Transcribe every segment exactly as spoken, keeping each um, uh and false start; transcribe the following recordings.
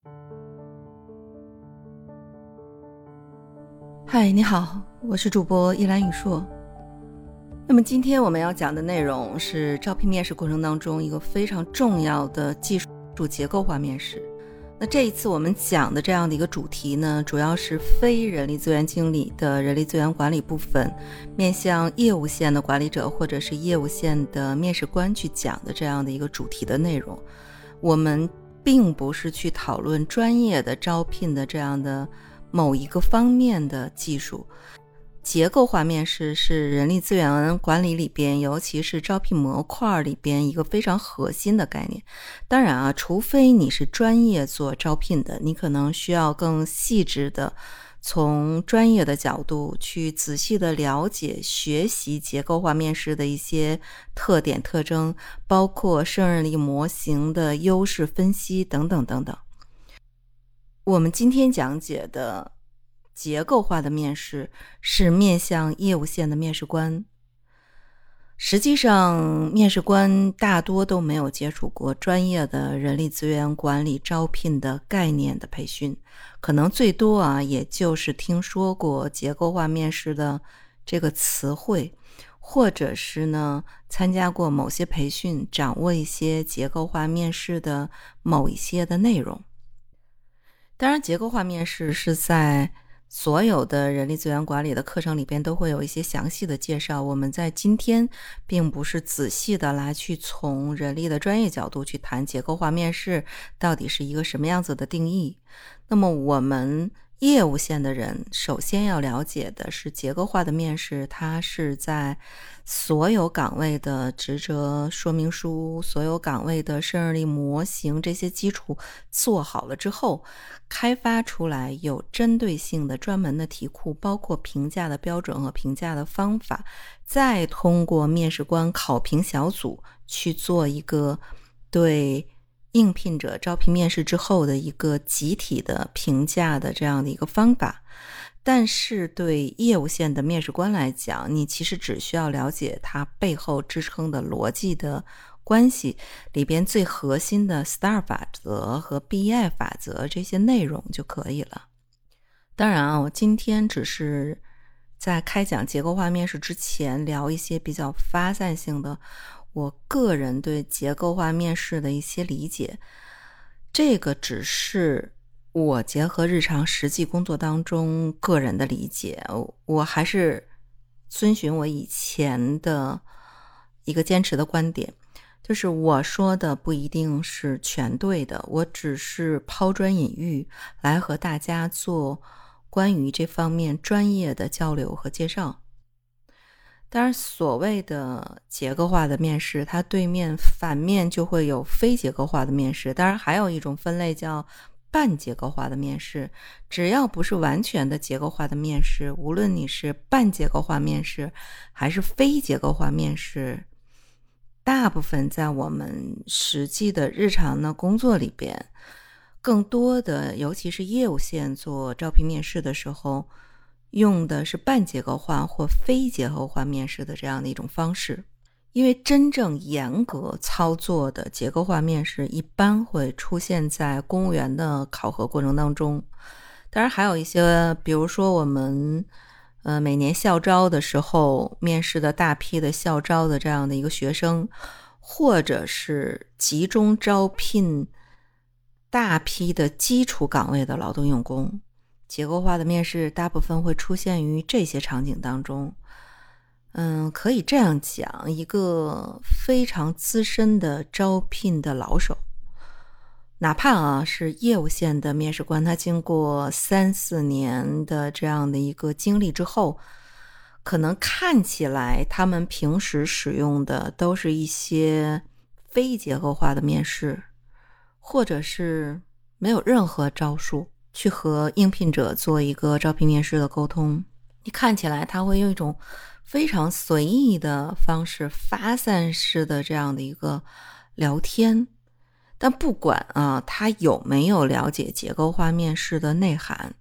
嗨，你好，我是主播依兰雨硕。那么今天我们要讲的内容是招聘面试过程当中一个非常重要的技术结构化面试。那这一次我们讲的这样的一个主题呢，主要是非人力资源经理的人力资源管理部分，面向业务线的管理者或者是业务线的面试官去讲的这样的一个主题的内容。我们并不是去讨论专业的招聘的这样的某一个方面的技术。结构化面试是人力资源管理里边，尤其是招聘模块里边一个非常核心的概念。当然啊，除非你是专业做招聘的，你可能需要更细致的从专业的角度去仔细的了解学习结构化面试的一些特点特征，包括胜任力模型的优势分析等等等等。我们今天讲解的结构化的面试是面向业务线的面试官。实际上面试官大多都没有接触过专业的人力资源管理招聘的概念的培训，可能最多啊也就是听说过结构化面试的这个词汇，或者是呢参加过某些培训，掌握一些结构化面试的某一些的内容。当然结构化面试是在所有的人力资源管理的课程里边都会有一些详细的介绍，我们在今天并不是仔细的来去从人力的专业角度去谈结构化面试到底是一个什么样子的定义。那么我们业务线的人首先要了解的是结构化的面试，它是在所有岗位的职责说明书，所有岗位的胜任力模型这些基础做好了之后，开发出来有针对性的专门的题库，包括评价的标准和评价的方法，再通过面试官考评小组去做一个对应聘者招聘面试之后的一个集体的评价的这样的一个方法。但是对业务线的面试官来讲，你其实只需要了解它背后支撑的逻辑的关系，里边最核心的 S T A R 法则和 B E I 法则这些内容就可以了。当然啊，我今天只是在开讲结构化面试之前聊一些比较发散性的我个人对结构化面试的一些理解，这个只是我结合日常实际工作当中个人的理解，我还是遵循我以前的一个坚持的观点，就是我说的不一定是全对的，我只是抛砖引玉来和大家做关于这方面专业的交流和介绍。当然所谓的结构化的面试，它对面反面就会有非结构化的面试，当然还有一种分类叫半结构化的面试。只要不是完全的结构化的面试，无论你是半结构化面试还是非结构化面试，大部分在我们实际的日常的工作里边，更多的尤其是业务线做招聘面试的时候，用的是半结构化或非结构化面试的这样的一种方式。因为真正严格操作的结构化面试一般会出现在公务员的考核过程当中。当然还有一些，比如说我们呃每年校招的时候面试的大批的校招的这样的一个学生，或者是集中招聘大批的基础岗位的劳动用工，结构化的面试大部分会出现于这些场景当中。嗯，可以这样讲，一个非常资深的招聘的老手，哪怕啊是业务线的面试官，他经过三四年的这样的一个经历之后，可能看起来他们平时使用的都是一些非结构化的面试，或者是没有任何招数去和应聘者做一个招聘面试的沟通。你看起来他会用一种非常随意的方式，发散式的这样的一个聊天，但不管啊他有没有了解结构化面试的内涵，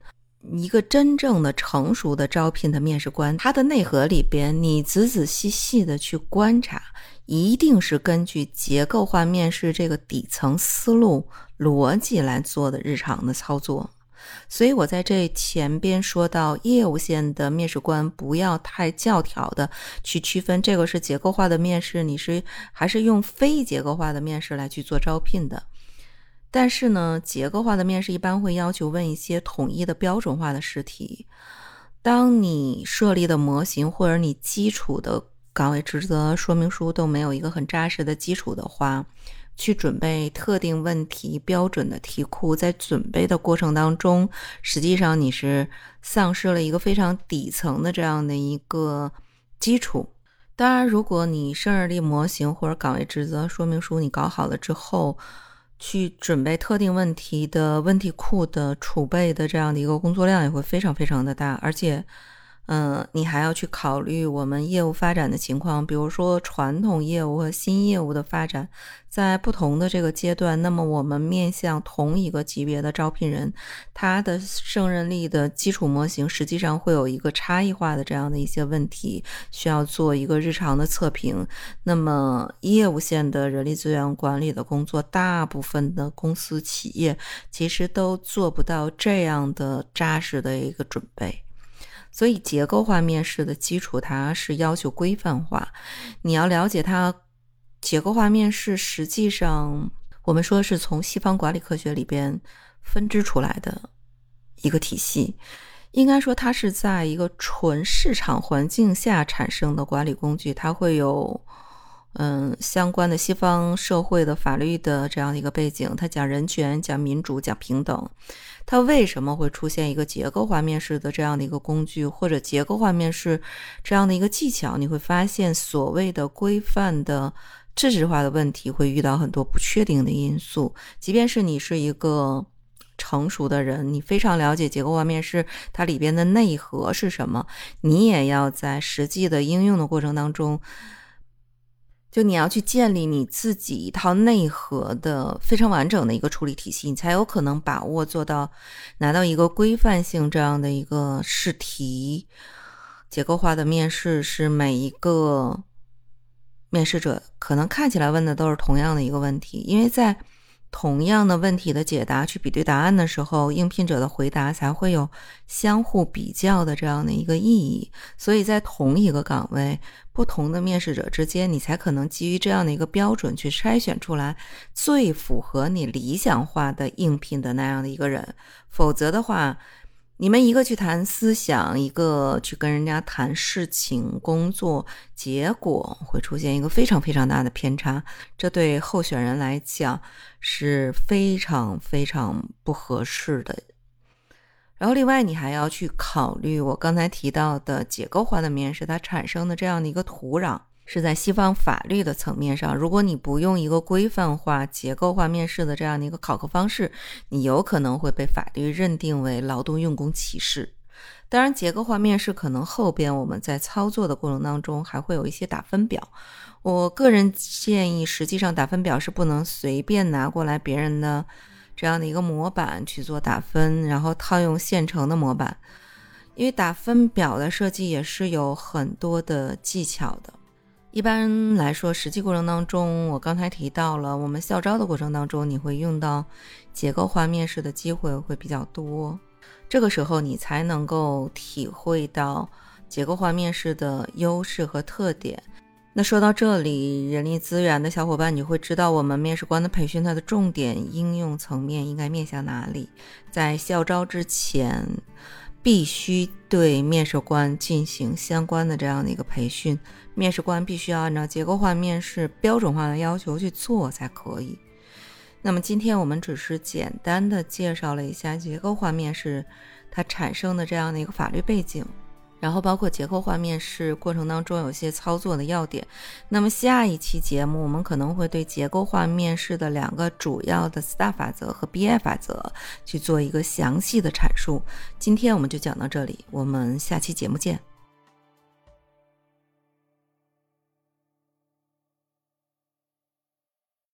一个真正的成熟的招聘的面试官，他的内核里边你仔仔细细的去观察，一定是根据结构化面试这个底层思路逻辑来做的日常的操作。所以我在这前边说到业务线的面试官不要太教条的去区分这个是结构化的面试，你是还是用非结构化的面试来去做招聘的。但是呢，结构化的面试一般会要求问一些统一的标准化的试题。当你设立的模型或者你基础的岗位职责说明书都没有一个很扎实的基础的话，去准备特定问题标准的题库，在准备的过程当中，实际上你是丧失了一个非常底层的这样的一个基础。当然，如果你设立模型或者岗位职责说明书你搞好了之后，去准备特定问题的问题库的储备的这样的一个工作量也会非常非常的大，而且嗯，你还要去考虑我们业务发展的情况，比如说传统业务和新业务的发展，在不同的这个阶段，那么我们面向同一个级别的招聘人，他的胜任力的基础模型实际上会有一个差异化的这样的一些问题，需要做一个日常的测评。那么业务线的人力资源管理的工作，大部分的公司企业其实都做不到这样的扎实的一个准备。所以结构化面试的基础它是要求规范化，你要了解它结构化面试实际上我们说是从西方管理科学里边分支出来的一个体系，应该说它是在一个纯市场环境下产生的管理工具，它会有嗯，相关的西方社会的法律的这样的一个背景，它讲人权，讲民主，讲平等。它为什么会出现一个结构化面试的这样的一个工具，或者结构化面试这样的一个技巧，你会发现所谓的规范的制式化的问题会遇到很多不确定的因素。即便是你是一个成熟的人，你非常了解结构化面试它里边的内核是什么，你也要在实际的应用的过程当中，就你要去建立你自己一套内核的非常完整的一个处理体系，你才有可能把握做到拿到一个规范性这样的一个试题。结构化的面试是每一个面试者可能看起来问的都是同样的一个问题，因为在同样的问题的解答去比对答案的时候，应聘者的回答才会有相互比较的这样的一个意义。所以在同一个岗位，不同的面试者之间，你才可能基于这样的一个标准去筛选出来最符合你理想化的应聘的那样的一个人。否则的话，你们一个去谈思想，一个去跟人家谈事情工作，结果会出现一个非常非常大的偏差，这对候选人来讲是非常非常不合适的。然后另外你还要去考虑我刚才提到的结构化的面试它产生的这样的一个土壤是在西方法律的层面上，如果你不用一个规范化结构化面试的这样的一个考核方式，你有可能会被法律认定为劳动用工歧视。当然结构化面试可能后边我们在操作的过程当中还会有一些打分表，我个人建议实际上打分表是不能随便拿过来别人的这样的一个模板去做打分，然后套用现成的模板，因为打分表的设计也是有很多的技巧的。一般来说实际过程当中，我刚才提到了我们校招的过程当中，你会用到结构化面试的机会会比较多，这个时候你才能够体会到结构化面试的优势和特点。那说到这里，人力资源的小伙伴你会知道我们面试官的培训它的重点应用层面应该面向哪里。在校招之前必须对面试官进行相关的这样的一个培训，面试官必须要按照结构化面试标准化的要求去做才可以。那么今天我们只是简单的介绍了一下结构化面试它产生的这样的一个法律背景，然后包括结构化面试过程当中有些操作的要点。那么下一期节目我们可能会对结构化面试的两个主要的 S T A R 法则和 B I 法则去做一个详细的阐述。今天我们就讲到这里，我们下期节目见。